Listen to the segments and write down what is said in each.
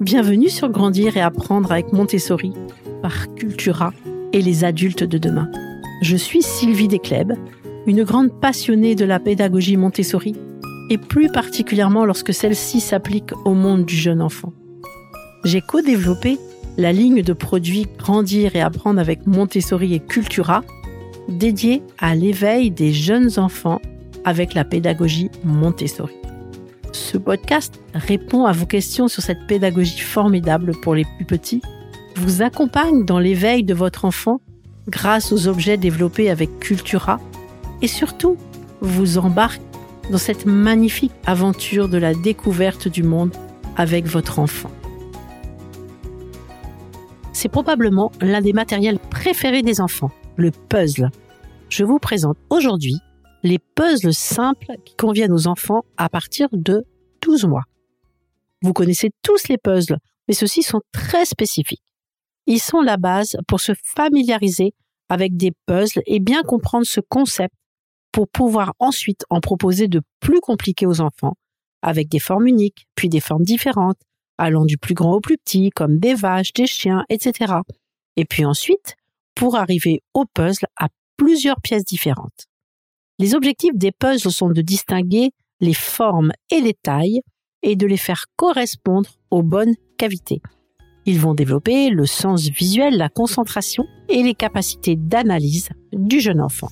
Bienvenue sur Grandir et apprendre avec Montessori par Cultura et les adultes de demain. Je suis Sylvie Desclèbes, une grande passionnée de la pédagogie Montessori et plus particulièrement lorsque celle-ci s'applique au monde du jeune enfant. J'ai co-développé la ligne de produits Grandir et apprendre avec Montessori et Cultura dédiée à l'éveil des jeunes enfants avec la pédagogie Montessori. Ce podcast répond à vos questions sur cette pédagogie formidable pour les plus petits, vous accompagne dans l'éveil de votre enfant grâce aux objets développés avec Cultura et surtout vous embarque dans cette magnifique aventure de la découverte du monde avec votre enfant. C'est probablement l'un des matériels préférés des enfants, le puzzle. Je vous présente aujourd'hui les puzzles simples qui conviennent aux enfants à partir de 12 mois. Vous connaissez tous les puzzles, mais ceux-ci sont très spécifiques. Ils sont la base pour se familiariser avec des puzzles et bien comprendre ce concept pour pouvoir ensuite en proposer de plus compliqués aux enfants, avec des formes uniques, puis des formes différentes, allant du plus grand au plus petit, comme des vaches, des chiens, etc. Et puis ensuite, pour arriver au puzzle à plusieurs pièces différentes. Les objectifs des puzzles sont de distinguer les formes et les tailles et de les faire correspondre aux bonnes cavités. Ils vont développer le sens visuel, la concentration et les capacités d'analyse du jeune enfant.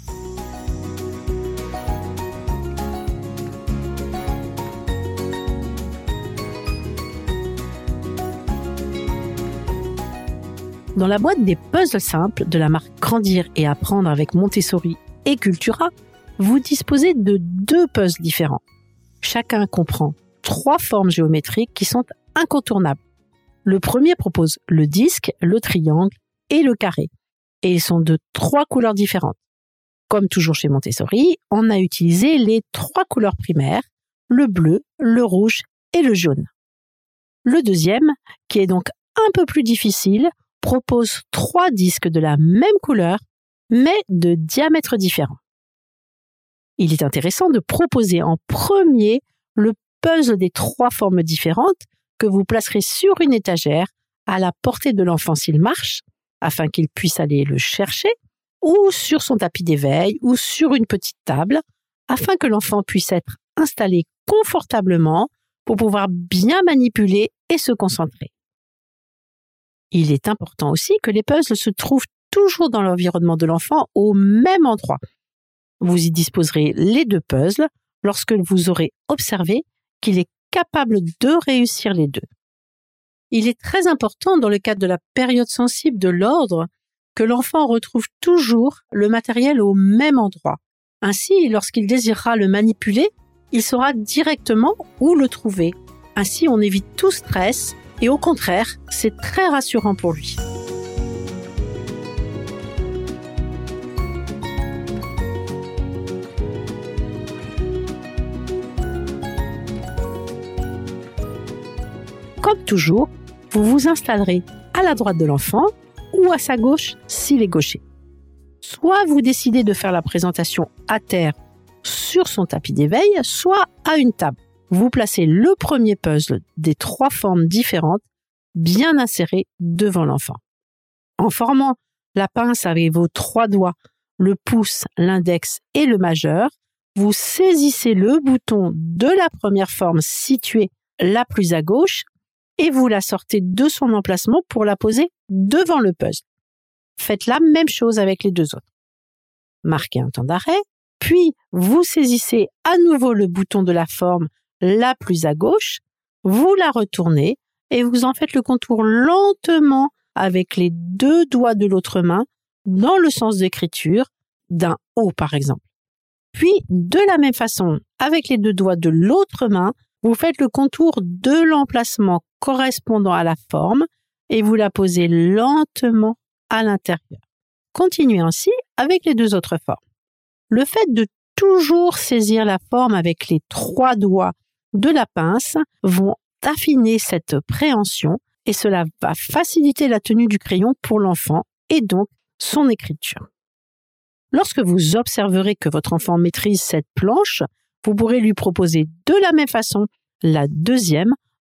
Dans la boîte des puzzles simples de la marque Grandir et apprendre avec Montessori et Cultura, vous disposez de 2 puzzles différents. Chacun comprend 3 formes géométriques qui sont incontournables. Le premier propose le disque, le triangle et le carré. Et ils sont de 3 couleurs différentes. Comme toujours chez Montessori, on a utilisé les 3 couleurs primaires, le bleu, le rouge et le jaune. Le deuxième, qui est donc un peu plus difficile, propose 3 disques de la même couleur, mais de diamètre différent. Il est intéressant de proposer en premier le puzzle des 3 formes différentes que vous placerez sur une étagère à la portée de l'enfant s'il marche, afin qu'il puisse aller le chercher, ou sur son tapis d'éveil, ou sur une petite table, afin que l'enfant puisse être installé confortablement pour pouvoir bien manipuler et se concentrer. Il est important aussi que les puzzles se trouvent toujours dans l'environnement de l'enfant au même endroit. Vous y disposerez les 2 puzzles lorsque vous aurez observé qu'il est capable de réussir les 2. Il est très important dans le cadre de la période sensible de l'ordre que l'enfant retrouve toujours le matériel au même endroit. Ainsi, lorsqu'il désirera le manipuler, il saura directement où le trouver. Ainsi, on évite tout stress et au contraire, c'est très rassurant pour lui. Comme toujours, vous vous installerez à la droite de l'enfant ou à sa gauche s'il est gaucher. Soit vous décidez de faire la présentation à terre sur son tapis d'éveil, soit à une table. Vous placez le premier puzzle des 3 formes différentes bien inséré devant l'enfant. En formant la pince avec vos 3 doigts, le pouce, l'index et le majeur, vous saisissez le bouton de la première forme située la plus à gauche et vous la sortez de son emplacement pour la poser devant le puzzle. Faites la même chose avec les 2 autres. Marquez un temps d'arrêt, puis vous saisissez à nouveau le bouton de la forme la plus à gauche, vous la retournez et vous en faites le contour lentement avec les 2 doigts de l'autre main dans le sens d'écriture d'un O par exemple. Puis, de la même façon, avec les 2 doigts de l'autre main, vous faites le contour de l'emplacement correspondant à la forme et vous la posez lentement à l'intérieur. Continuez ainsi avec les 2 autres formes. Le fait de toujours saisir la forme avec les 3 doigts de la pince vont affiner cette préhension et cela va faciliter la tenue du crayon pour l'enfant et donc son écriture. Lorsque vous observerez que votre enfant maîtrise cette planche, vous pourrez lui proposer de la même façon la deuxième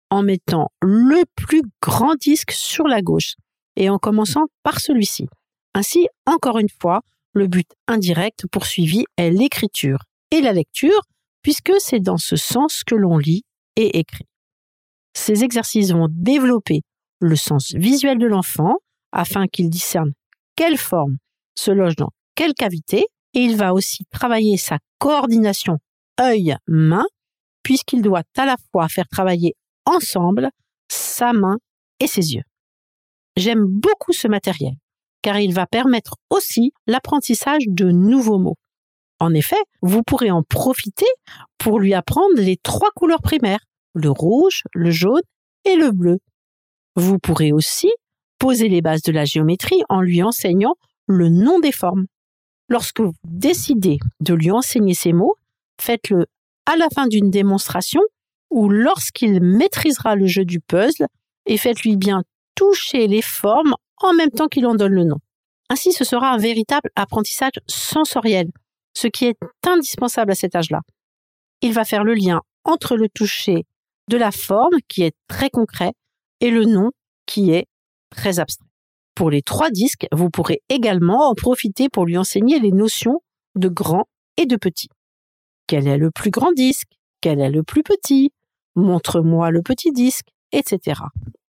en mettant le plus grand disque sur la gauche et en commençant par celui-ci. Ainsi, encore une fois, le but indirect poursuivi est l'écriture et la lecture, puisque c'est dans ce sens que l'on lit et écrit. Ces exercices vont développer le sens visuel de l'enfant afin qu'il discerne quelle forme se loge dans quelle cavité, et il va aussi travailler sa coordination œil-main, puisqu'il doit à la fois faire travailler ensemble sa main et ses yeux. J'aime beaucoup ce matériel, car il va permettre aussi l'apprentissage de nouveaux mots. En effet, vous pourrez en profiter pour lui apprendre les 3 couleurs primaires, le rouge, le jaune et le bleu. Vous pourrez aussi poser les bases de la géométrie en lui enseignant le nom des formes. Lorsque vous décidez de lui enseigner ces mots, faites-le à la fin d'une démonstration ou lorsqu'il maîtrisera le jeu du puzzle et faites-lui bien toucher les formes en même temps qu'il en donne le nom. Ainsi, ce sera un véritable apprentissage sensoriel, ce qui est indispensable à cet âge-là. Il va faire le lien entre le toucher de la forme, qui est très concret, et le nom, qui est très abstrait. Pour les 3 disques, vous pourrez également en profiter pour lui enseigner les notions de grand et de petit. Quel est le plus grand disque? Quel est le plus petit? Montre-moi le petit disque, etc.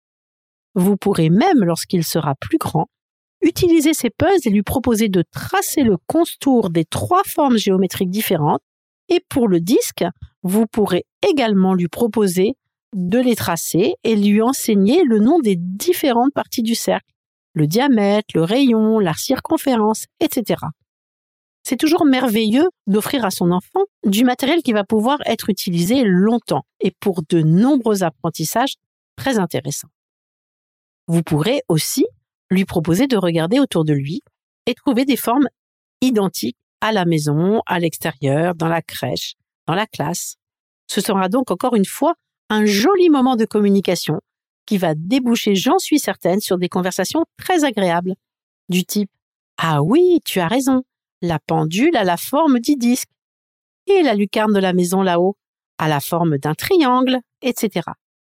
Vous pourrez même, lorsqu'il sera plus grand, utiliser ces puzzles et lui proposer de tracer le contour des 3 formes géométriques différentes. Et pour le disque, vous pourrez également lui proposer de les tracer et lui enseigner le nom des différentes parties du cercle, le diamètre, le rayon, la circonférence, etc. C'est toujours merveilleux d'offrir à son enfant du matériel qui va pouvoir être utilisé longtemps et pour de nombreux apprentissages très intéressants. Vous pourrez aussi lui proposer de regarder autour de lui et trouver des formes identiques à la maison, à l'extérieur, dans la crèche, dans la classe. Ce sera donc encore une fois un joli moment de communication qui va déboucher, j'en suis certaine, sur des conversations très agréables, du type « Ah oui, tu as raison, la pendule a la forme du disque, et la lucarne de la maison là-haut a la forme d'un triangle, etc. »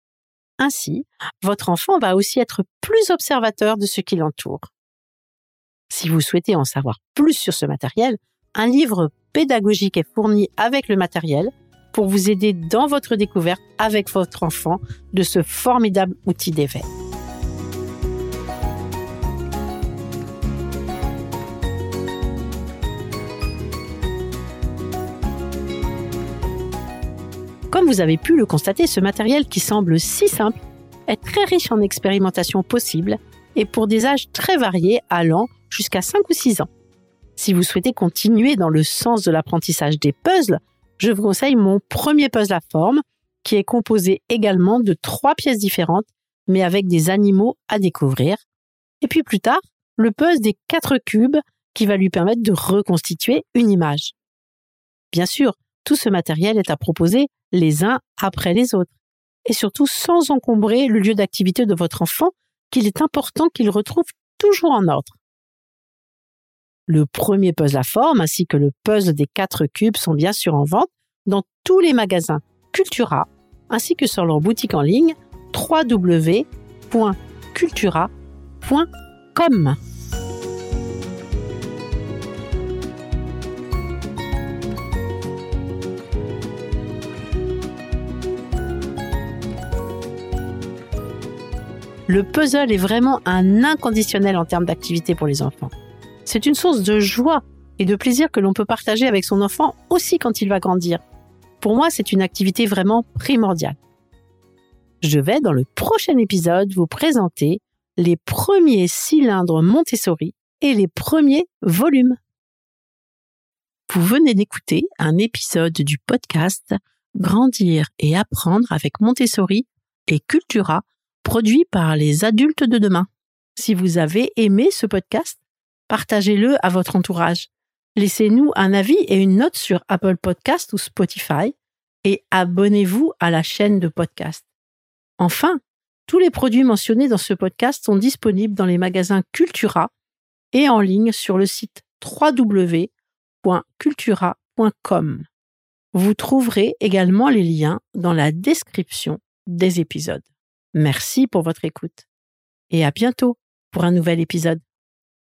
Ainsi, votre enfant va aussi être plus observateur de ce qui l'entoure. Si vous souhaitez en savoir plus sur ce matériel, un livre pédagogique est fourni avec le matériel pour vous aider dans votre découverte avec votre enfant de ce formidable outil d'éveil. Comme vous avez pu le constater, ce matériel qui semble si simple est très riche en expérimentations possibles et pour des âges très variés allant jusqu'à 5 ou 6 ans. Si vous souhaitez continuer dans le sens de l'apprentissage des puzzles, je vous conseille mon premier puzzle à forme qui est composé également de 3 pièces différentes mais avec des animaux à découvrir. Et puis plus tard, le puzzle des 4 cubes qui va lui permettre de reconstituer une image. Bien sûr, tout ce matériel est à proposer les uns après les autres et surtout sans encombrer le lieu d'activité de votre enfant qu'il est important qu'il retrouve toujours en ordre. Le premier puzzle à forme ainsi que le puzzle des 4 cubes sont bien sûr en vente dans tous les magasins Cultura ainsi que sur leur boutique en ligne www.cultura.com. Le puzzle est vraiment un inconditionnel en termes d'activité pour les enfants. C'est une source de joie et de plaisir que l'on peut partager avec son enfant aussi quand il va grandir. Pour moi, c'est une activité vraiment primordiale. Je vais, dans le prochain épisode, vous présenter les premiers cylindres Montessori et les premiers volumes. Vous venez d'écouter un épisode du podcast Grandir et apprendre avec Montessori et Cultura, produit par les adultes de demain. Si vous avez aimé ce podcast, partagez-le à votre entourage. Laissez-nous un avis et une note sur Apple Podcast ou Spotify et abonnez-vous à la chaîne de podcast. Enfin, tous les produits mentionnés dans ce podcast sont disponibles dans les magasins Cultura et en ligne sur le site www.cultura.com. Vous trouverez également les liens dans la description des épisodes. Merci pour votre écoute et à bientôt pour un nouvel épisode.